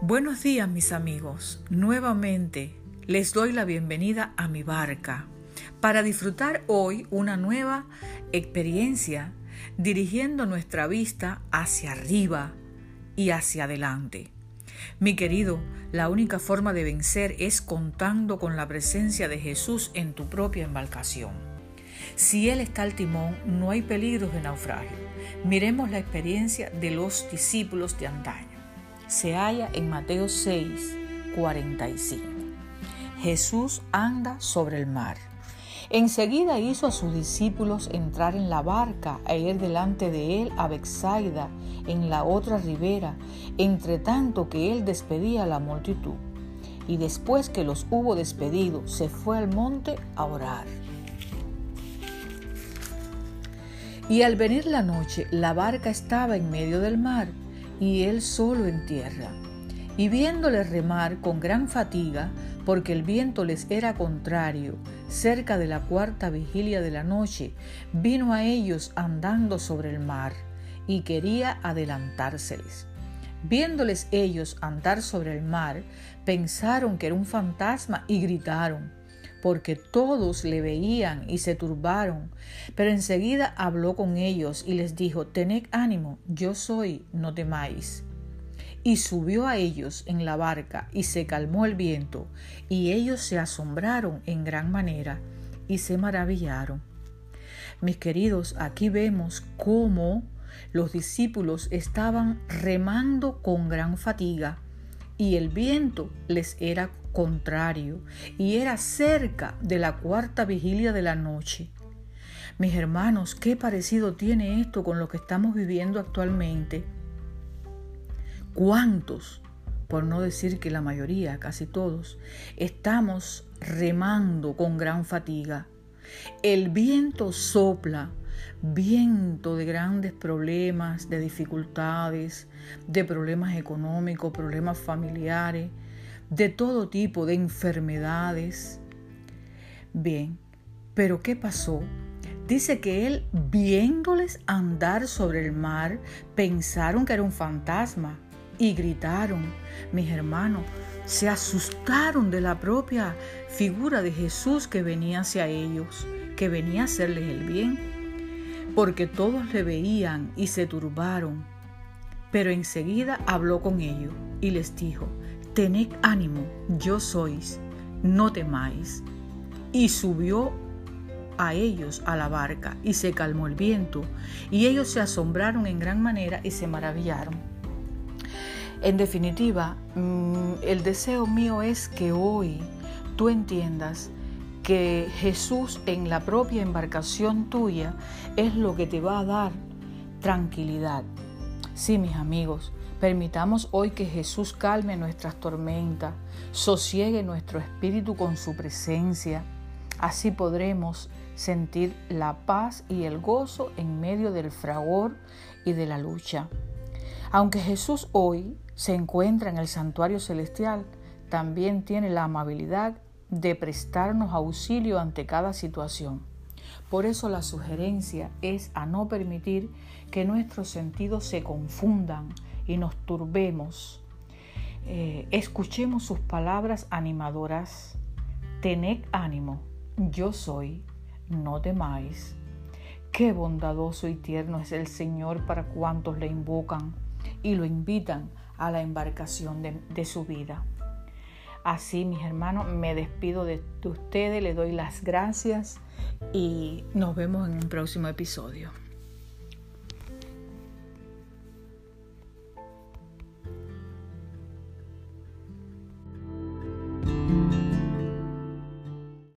Buenos días, mis amigos. Nuevamente les doy la bienvenida a mi barca para disfrutar hoy una nueva experiencia dirigiendo nuestra vista hacia arriba y hacia adelante. Mi querido, la única forma de vencer es contando con la presencia de Jesús en tu propia embarcación. Si Él está al timón, no hay peligros de naufragio. Miremos la experiencia de los discípulos de antaño. Se halla en Mateo 6:45. Jesús anda sobre el mar. Enseguida hizo a sus discípulos entrar en la barca e ir delante de él a Betsaida, en la otra ribera, entre tanto que él despedía a la multitud. Y después que los hubo despedido, se fue al monte a orar. Y al venir la noche, la barca estaba en medio del mar, y él solo en tierra. Y viéndoles remar con gran fatiga, porque el viento les era contrario, cerca de la cuarta vigilia de la noche, vino a ellos andando sobre el mar, y quería adelantárseles. Viéndoles ellos andar sobre el mar, pensaron que era un fantasma y gritaron, porque todos le veían y se turbaron. Pero enseguida habló con ellos y les dijo: tened ánimo, yo soy, no temáis. Y subió a ellos en la barca y se calmó el viento, y ellos se asombraron en gran manera y se maravillaron. Mis queridos, aquí vemos cómo los discípulos estaban remando con gran fatiga y el viento les era contrario y era cerca de la cuarta vigilia de la noche. Mis hermanos, ¿qué parecido tiene esto con lo que estamos viviendo actualmente? ¿Cuántos, por no decir que la mayoría, casi todos, estamos remando con gran fatiga? El viento sopla, viento de grandes problemas, de dificultades, de problemas económicos, problemas familiares, de todo tipo de enfermedades. Bien, pero ¿qué pasó? Dice que él, viéndoles andar sobre el mar, pensaron que era un fantasma y gritaron. Mis hermanos, se asustaron de la propia figura de Jesús que venía hacia ellos, que venía a hacerles el bien, porque todos le veían y se turbaron. Pero enseguida habló con ellos y les dijo: tened ánimo, yo sois, no temáis. Y subió a ellos a la barca y se calmó el viento, y ellos se asombraron en gran manera y se maravillaron. En definitiva, el deseo mío es que hoy tú entiendas que Jesús en la propia embarcación tuya es lo que te va a dar tranquilidad. Sí, mis amigos, permitamos hoy que Jesús calme nuestras tormentas, sosiegue nuestro espíritu con su presencia. Así podremos sentir la paz y el gozo en medio del fragor y de la lucha. Aunque Jesús hoy se encuentra en el santuario celestial, también tiene la amabilidad de prestarnos auxilio ante cada situación. Por eso la sugerencia es a no permitir que nuestros sentidos se confundan y nos turbemos. Escuchemos sus palabras animadoras. Tened ánimo, yo soy, no temáis. Qué bondadoso y tierno es el Señor para cuantos le invocan y lo invitan a la embarcación de su vida. Así, mis hermanos, me despido de ustedes, les doy las gracias y nos vemos en un próximo episodio.